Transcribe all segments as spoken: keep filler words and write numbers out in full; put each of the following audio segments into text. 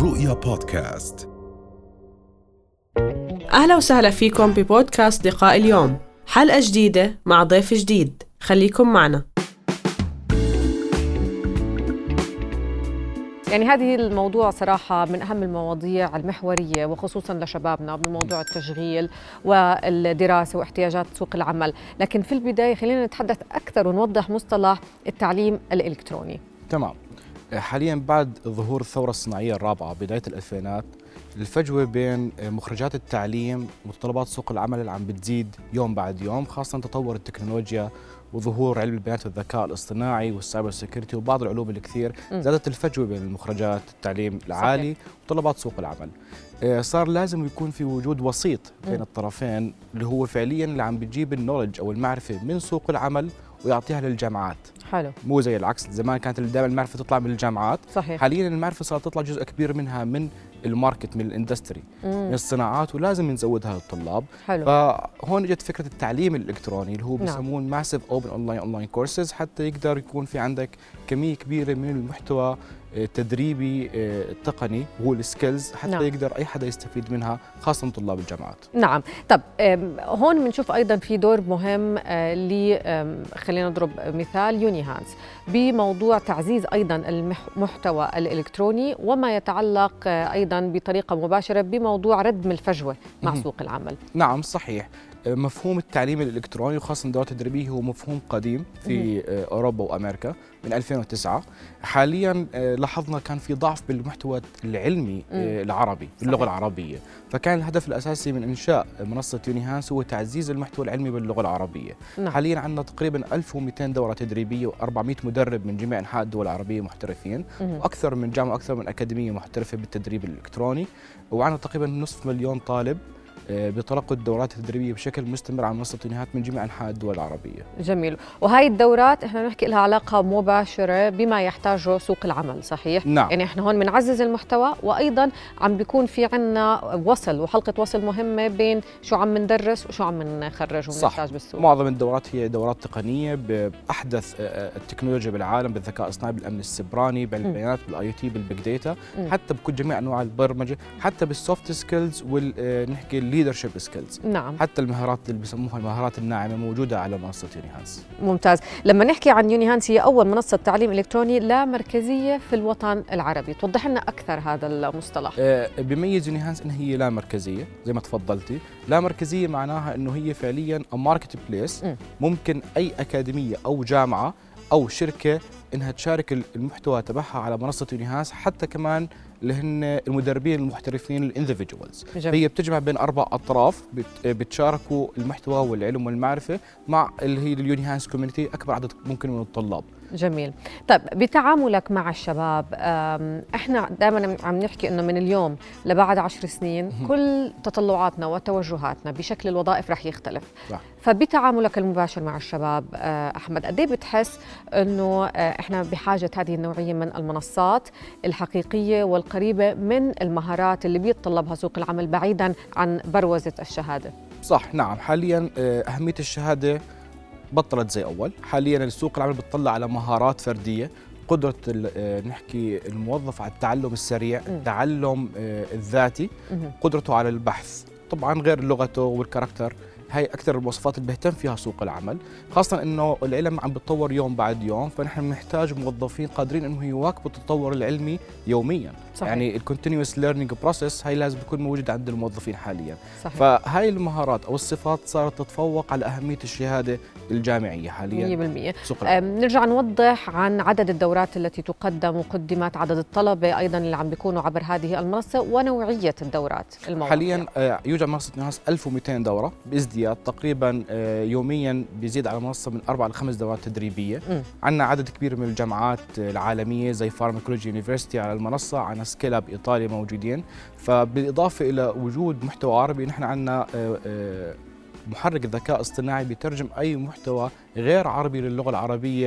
رؤيا بودكاست. أهلا وسهلا فيكم ببودكاست لقاء اليوم، حلقة جديدة مع ضيف جديد، خليكم معنا. يعني هذه الموضوع صراحة من أهم المواضيع المحورية وخصوصاً لشبابنا بموضوع التشغيل والدراسة واحتياجات سوق العمل. لكن في البداية خلينا نتحدث أكثر ونوضح مصطلح التعليم الإلكتروني. تمام. حالياً بعد ظهور الثورة الصناعية الرابعة بداية الألفينات، الفجوة بين مخرجات التعليم ومتطلبات سوق العمل اللي عم بتزيد يوم بعد يوم، خاصة تطور التكنولوجيا وظهور علم البيانات والذكاء الاصطناعي والسايبر سيكيورتي وبعض العلوم الكثير، زادت الفجوة بين المخرجات التعليم العالي وطلبات سوق العمل. صار لازم يكون في وجود وسيط بين الطرفين، اللي هو فعليا اللي عم بتجيب النولج او المعرفة من سوق العمل ويعطيها للجامعات. حلو. مو زي العكس، زمان كانت دائما المعرفة تطلع من الجامعات. صحيح. حاليا المعرفة صارت تطلع جزء كبير منها من الماركت، من الاندستري، من الصناعات، ولازم نزودها للطلاب. حلو. فهون اجت فكره التعليم الالكتروني اللي هو بيسموه ماسيف اوبن اونلاين اونلاين كورسز، حتى يقدر يكون في عندك كميه كبيره من المحتوى التدريبي التقني وهو السكيلز، حتى نعم. يقدر اي حدا يستفيد منها، خاصه طلاب الجامعات. نعم. طب هون بنشوف ايضا في دور مهم ل خلينا نضرب مثال يوني هانز بموضوع تعزيز ايضا المحتوى الالكتروني وما يتعلق ايضا بطريقه مباشره بموضوع ردم الفجوه مع سوق العمل. نعم صحيح. مفهوم التعليم الإلكتروني وخاصة الدورات التدريبية هو مفهوم قديم في أوروبا وأمريكا من ألفين وتسعة. حاليا لاحظنا كان في ضعف بالمحتوى العلمي العربي باللغة العربية، فكان الهدف الأساسي من إنشاء منصة يوني هانز هو تعزيز المحتوى العلمي باللغة العربية. نعم. حاليا عندنا تقريبا ألف ومئتين دورة تدريبية وأربعمئة مدرب من جميع أنحاء الدول العربية محترفين، وأكثر من جامعة وأكثر من أكاديمية محترفة بالتدريب الإلكتروني، وعندنا تقريبا نصف مليون طالب بتلقوا الدورات التدريبية بشكل مستمر على منصة يوني هانز من جميع أنحاء الدول العربية. جميل. وهي الدورات احنا نحكي لها علاقة مباشرة بما يحتاجه سوق العمل، صحيح؟ نعم. يعني احنا هون بنعزز المحتوى، وأيضا عم بيكون في عنا وصل وحلقة وصل مهمة بين شو عم ندرس وشو عم نخرج ونحتاج بالسوق. معظم الدورات هي دورات تقنية بأحدث التكنولوجيا بالعالم، بالذكاء الاصطناعي، بالأمن السيبراني، بالبيانات، بالاي تي، بالبيج داتا، حتى بكل جميع أنواع البرمجة، حتى بالسوفت سكيلز والنحكي leadership skills. نعم. حتى المهارات اللي بيسموها المهارات الناعمة موجودة على منصة يوني هانز. ممتاز. لما نحكي عن يوني هانز، هي أول منصة تعليم إلكتروني لا مركزية في الوطن العربي، توضح لنا أكثر هذا المصطلح. آه بيميز يوني هانز إن هي لا مركزية زي ما تفضلتي. لا مركزية معناها إنه هي فعلياً ماركت بليس، ممكن أي أكاديمية أو جامعة أو شركة إنها تشارك المحتوى تبعها على منصة يوني هانز، حتى كمان اللي هن المدربين المحترفين الانديفيدوالز. هي بتجمع بين اربع اطراف بتشاركوا المحتوى والعلم والمعرفه مع اللي هي اليوني هانز كوميونتي، اكبر عدد ممكن من الطلاب. جميل. طيب بتعاملك مع الشباب، احنا دائما عم نحكي انه من اليوم لبعد عشر سنين كل تطلعاتنا وتوجهاتنا بشكل الوظائف رح يختلف. صح. فبتعاملك المباشر مع الشباب احمد، قد ايه بتحس انه احنا بحاجه هذه النوعيه من المنصات الحقيقيه والقريبه من المهارات اللي بيتطلبها سوق العمل بعيدا عن بروزه الشهاده؟ صح. نعم. حاليا اهميه الشهاده بطلت زي اول. حاليا السوق العمل بتطلع على مهارات فرديه، قدره نحكي الموظف على التعلم السريع، التعلم الذاتي، قدرته على البحث، طبعا غير لغته والكاركتر. هاي أكثر المواصفات اللي بيهتم فيها سوق العمل، خاصة إنه العلم عم بتطور يوم بعد يوم، فنحن بنحتاج موظفين قادرين إنه يواكبوا التطور العلمي يومياً. صحيح. يعني الكونتينيوس ليرنينج بروسيس هاي لازم تكون موجودة عند الموظفين حالياً. صحيح. فهاي المهارات أو الصفات صارت تتفوق على أهمية الشهادة الجامعية حالياً. مية بالمية. نرجع نوضح عن عدد الدورات التي تقدم وقدمت، عدد الطلبة أيضاً اللي عم بيكونوا عبر هذه المنصة، ونوعية الدورات الموضوعية. حالياً يوجد منصة يوني هانز ألف ومئتين دورة بإزدياد، تقريبا يوميا بيزيد على المنصه من اربع لخمس دورات تدريبيه. عندنا عدد كبير من الجامعات العالميه زي فارماكولوجي يونيفرسيتي على المنصه، عندنا سكيل اب ايطاليا موجودين. فبالاضافه الى وجود محتوى عربي، نحن عندنا محرك الذكاء الاصطناعي بيترجم اي محتوى غير عربي للغه العربيه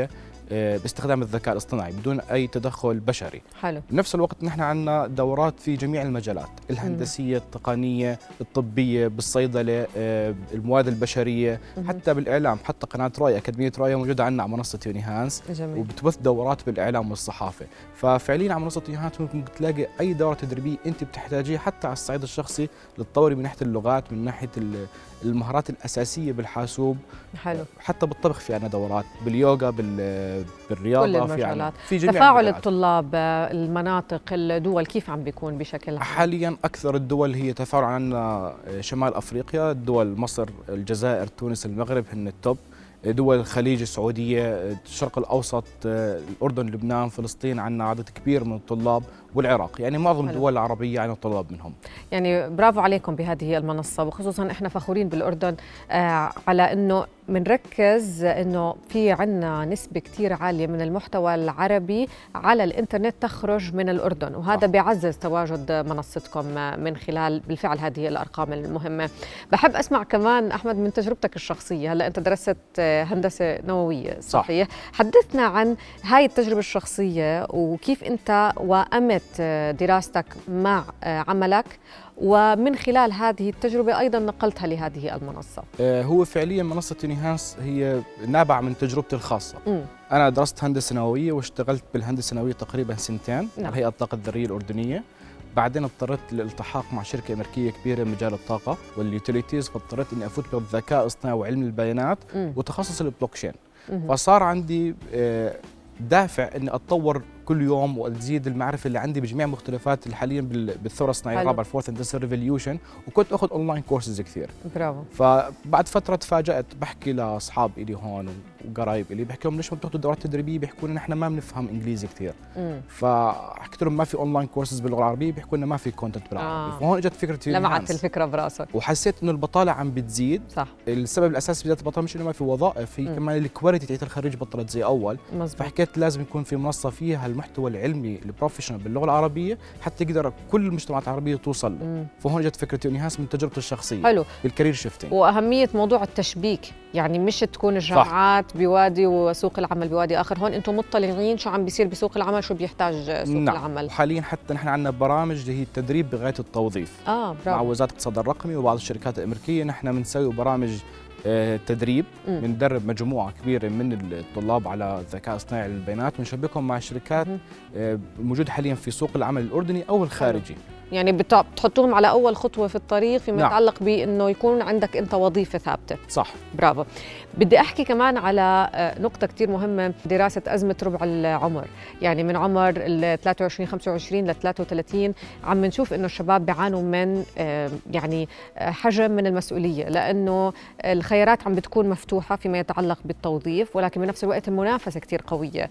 باستخدام الذكاء الاصطناعي بدون اي تدخل بشري. حلو. بنفس الوقت نحن عندنا دورات في جميع المجالات، الهندسيه، التقنيه، الطبيه، بالصيدله، المواد البشريه، مم. حتى بالاعلام، حتى قناه راي، اكاديميه راي موجوده عندنا على منصه يونيهانس، وبتبث دورات بالاعلام والصحافه. ففعليا على منصه يونيهانس ممكن تلاقي اي دوره تدريبيه انت بتحتاجيها حتى على الصعيد الشخصي للتطور من ناحيه اللغات، من ناحيه المهارات الاساسيه بالحاسوب. حلو. حتى بالطبخ في عندنا دورات، باليوغا، بال بالرياضه، كل في عنا في جميع تفاعل المجالات. الطلاب، المناطق، الدول كيف عم بيكون بشكل عام؟ حاليا اكثر الدول هي تفاعل عندنا شمال افريقيا، الدول مصر، الجزائر، تونس، المغرب هن التوب. دول الخليج، السعوديه، الشرق الاوسط، الاردن، لبنان، فلسطين، عندنا عدد كبير من الطلاب، والعراق، يعني معظم الدول العربيه عندنا طلاب منهم. يعني برافو عليكم بهذه المنصه، وخصوصا احنا فخورين بالاردن آه على انه بنركز انه في عندنا نسبه كثير عاليه من المحتوى العربي على الانترنت تخرج من الاردن، وهذا آه. بيعزز تواجد منصتكم من خلال بالفعل هذه الارقام المهمه. بحب اسمع كمان احمد من تجربتك الشخصيه، هلا انت درست هندسه نوويه صحيح؟ صح. حدثنا عن هاي التجربه الشخصيه وكيف انت وأمت دراستك مع عملك، ومن خلال هذه التجربة أيضا نقلتها لهذه المنصة. هو فعليا منصة يونيهانس هي نابعة من تجربتي الخاصة. م. أنا درست هندسة نووية واشتغلت بالهندسة النووية تقريبا سنتين على هيئة الطاقة الذرية الأردنية. بعدين اضطريت للالتحاق مع شركة أمريكية كبيرة بمجال الطاقة واليوتيليتيز، فاضطريت إني أفوت بالذكاء الاصطناعي وعلم البيانات م. وتخصص البلوكشين. فصار عندي دافع اني اتطور كل يوم وازيد المعرفه اللي عندي بجميع مختلفات حاليا بالثوره الصناعيه الرابعه، الفورث اندستريال ريفوليوشن، وكنت اخذ اونلاين كورسز كثير. برافو. فبعد فتره تفاجات، بحكي لاصحاب الي هون وقرايب الي، بحكي لهم ليش ما بتاخذوا دورات تدريبيه؟ بيحكوا لنا نحن ما بنفهم انجليزي كثير. فحكيت لهم ما في اونلاين كورسز باللغه العربيه، بيحكوا لنا ما في كونتنت بالعربي. آه. فهون اجت فكره لمعت الفكره براسك، وحسيت انه البطاله عم بتزيد. صح. السبب الاساسي بذات البطاله مش انه ما في وظائف، في كمان الكواليتي تاعت الخريج بطلت زي اول. مزبوط. فحكيت لازم يكون في منصه فيها المحتوى العلمي البروفيشنال باللغه العربيه حتى يقدر كل المجتمعات العربيه توصل له. فهون جت فكره يونيهانس من تجربتي الشخصيه. حلو. بالكارير شيفتنج، واهميه موضوع التشبيك، يعني مش تكون الجامعات بوادي وسوق العمل بوادي اخر، هون انتم مطلعين شو عم بيصير بسوق العمل، شو بيحتاج سوق نعم. العمل. وحاليا حتى نحن عندنا برامج اللي هي التدريب بغايه التوظيف. اه برافو. مع وزاره الاقتصاد الرقمي وبعض الشركات الامريكيه نحن بنسوي برامج تدريب، بندرب مجموعه كبيره من الطلاب على الذكاء الاصطناعي للبيانات ونشبكهم مع شركات موجوده حاليا في سوق العمل الاردني او الخارجي. يعني بتحطوهم على اول خطوه في الطريق فيما نعم. يتعلق بانه يكون عندك انت وظيفه ثابته. صح. برافو. بدي احكي كمان على نقطه كثير مهمه، دراسه ازمه ربع العمر، يعني من عمر ال ثلاثة وعشرين خمسة وعشرين ل ثلاثة وثلاثين عم نشوف انه الشباب بيعانوا من يعني حجم من المسؤوليه، لانه الخيارات عم بتكون مفتوحه فيما يتعلق بالتوظيف، ولكن بنفس الوقت المنافسه كثير قويه.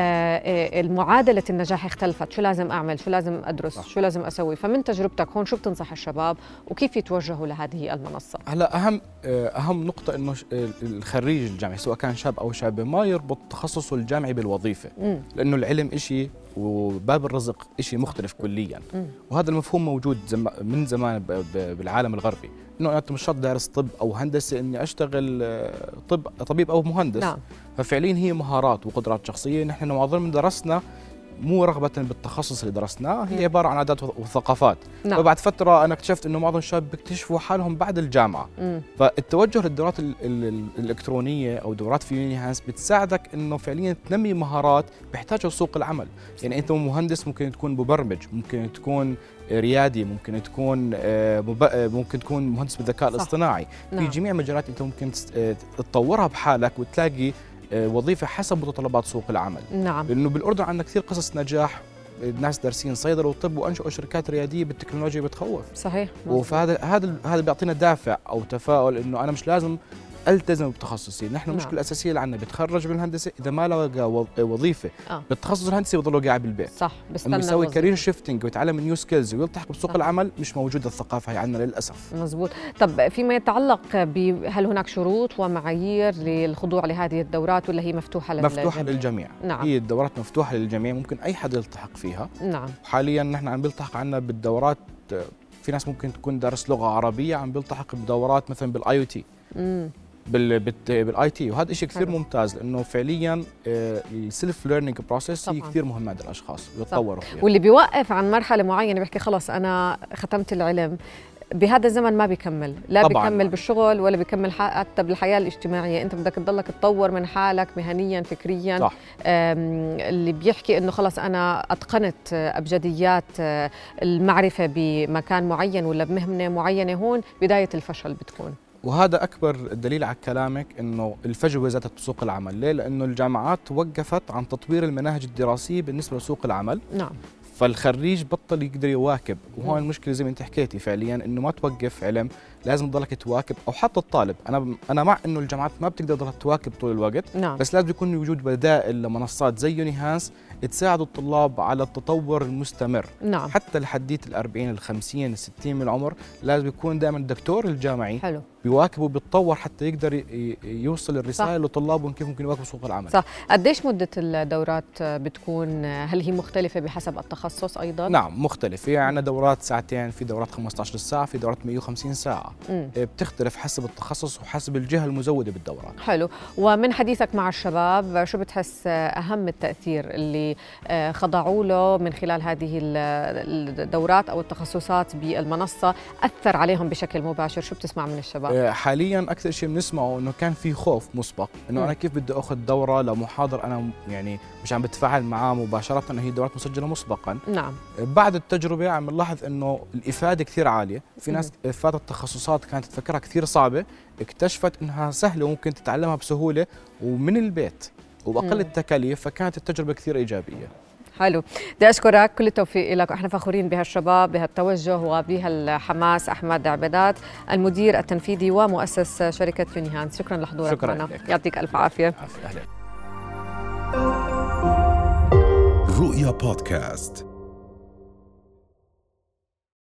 المعادله النجاح اختلفت، شو لازم اعمل، شو لازم ادرس، صح. شو لازم اسوي. من تجربتك هون شو بتنصح الشباب وكيف يتوجهوا لهذه المنصة؟ هلا أهم أهم نقطة إنه الخريج الجامعي سواء كان شاب أو شابة ما يربط تخصصه الجامعي بالوظيفة، مم. لأنه العلم إشي وباب الرزق إشي مختلف كليا. مم. وهذا المفهوم موجود زم من زمان بالعالم الغربي، إنه أنت مش شرط دارس طب أو هندسة إني أشتغل طب طبيب أو مهندس. نعم. ففعليا هي مهارات وقدرات شخصية، نحن معظمنا درسنا مو رغبة بالتخصص اللي درسناه، هي عبارة عن عادات وثقافات. نعم. فبعد فترة أنا اكتشفت إنه معظم الشباب بيكتشفوا حالهم بعد الجامعة. مم. فالتوجه للدورات ال ال الإلكترونية أو دورات في يونيهانس بتساعدك إنه فعليا تنمي مهارات بيحتاجها سوق العمل. يعني أنت مهندس ممكن تكون مبرمج، ممكن تكون ريادي، ممكن تكون ممكن تكون مهندس بالذكاء الاصطناعي. نعم. في جميع مجالات أنت ممكن تطورها بحالك وتلاقي وظيفة حسب متطلبات سوق العمل. نعم. لأنه بالأردن عندنا كثير قصص نجاح، الناس دارسين صيدلة وطب وأنشأوا شركات ريادية بالتكنولوجيا بتخوف. صحيح. وفهذا هذا هذا بيعطينا دافع أو تفاؤل إنه أنا مش لازم التزم بتخصصي. نحن المشكله نعم. الاساسيه اللي عندنا بتخرج من الهندسه اذا ما لقى وظيفه آه. بالتخصص الهندسي بضله قاعد بالبيت. صح. بستنى يسوي كارير شيفتنج ويتعلم نيو سكيلز ويلتحق بسوق العمل، مش موجوده الثقافه هي عندنا للاسف. مزبوط. طب فيما يتعلق ب هل هناك شروط ومعايير للخضوع لهذه الدورات ولا هي مفتوحه للجميع؟ مفتوحه للجميع. نعم. هي الدورات مفتوحه للجميع، ممكن اي حد يلتحق فيها. نعم. حاليا نحن عم بيلتحق عندنا بالدورات، في ناس ممكن تكون دارس لغه عربيه عم بيلتحق بدورات مثلا بالاي او تي. بالاي تي، وهذا شيء كثير حلو. ممتاز لانه فعليا السيلف ليرنينج بروسيس هي كثير مهمه عند الاشخاص يتطوروا فيها. واللي بيوقف عن مرحله معينه بيحكي خلص انا ختمت العلم، بهذا الزمن ما بيكمل، لا طبعاً. بيكمل بالشغل ولا بيكمل حتى بالحياه الاجتماعيه، انت بدك تضلك تطور من حالك مهنيا فكريا. صح. اللي بيحكي انه خلص انا اتقنت ابجديات المعرفه بمكان معين ولا بمهنه معينه، هون بدايه الفشل بتكون. وهذا أكبر دليل على كلامك إنه الفجوة زادت بسوق العمل، ليه؟ لأنه الجامعات وقفت عن تطوير المناهج الدراسية بالنسبة لسوق العمل. نعم. فالخريج بطل يقدر يواكب، وهون المشكلة زي ما أنت حكيتي فعليا إنه ما توقف علم، لازم تضلك تواكب، أو حتى الطالب. أنا أنا مع إنه الجامعات ما بتقدر تضلها تواكب طول الوقت. نعم. بس لازم يكون وجود بدائل لمنصات زي يونيهانس تساعد الطلاب على التطور المستمر. نعم. حتى لحديت الأربعين الخمسين الستين من العمر لازم يكون دائما الدكتور الجامعي حلو. بيواكب وبيتطور حتى يقدر يوصل الرسائل لطلابهم كيف ممكن يواكبوا سوق العمل. صح. قديش مدة الدورات بتكون؟ هل هي مختلفة بحسب التخصص أيضا؟ نعم مختلف، في عندنا دورات ساعتين، في دورات خمسة عشر ساعة، في دورات مئة وخمسين ساعة. م. بتختلف حسب التخصص وحسب الجهة المزودة بالدورات. حلو. ومن حديثك مع الشباب شو بتحس أهم التأثير اللي خضعوا له من خلال هذه الدورات أو التخصصات بالمنصة أثر عليهم بشكل مباشر؟ شو بتسمع من الشباب؟ حاليا اكثر شيء بنسمعه انه كان في خوف مسبق انه انا كيف بدي اخذ دوره لمحاضر انا يعني مش عم بتفاعل معاه مباشره، انه هي دورات مسجله مسبقا. نعم. بعد التجربه عم نلاحظ انه الافاده كثير عاليه، في ناس فاتت تخصصات كانت تفكرها كثير صعبه اكتشفت انها سهله وممكن تتعلمها بسهوله ومن البيت وباقل التكاليف، فكانت التجربه كثير ايجابيه. حلو. بدي اشكرك، كل التوفيق لك، احنا فخورين بهالشباب بهالتوجه وبهالحماس. احمد عبيدات المدير التنفيذي ومؤسس شركه يونيهانس، شكرا لحضورك شكرا معنا. لك. يعطيك الف عافيه. أهلا. رؤيا بودكاست.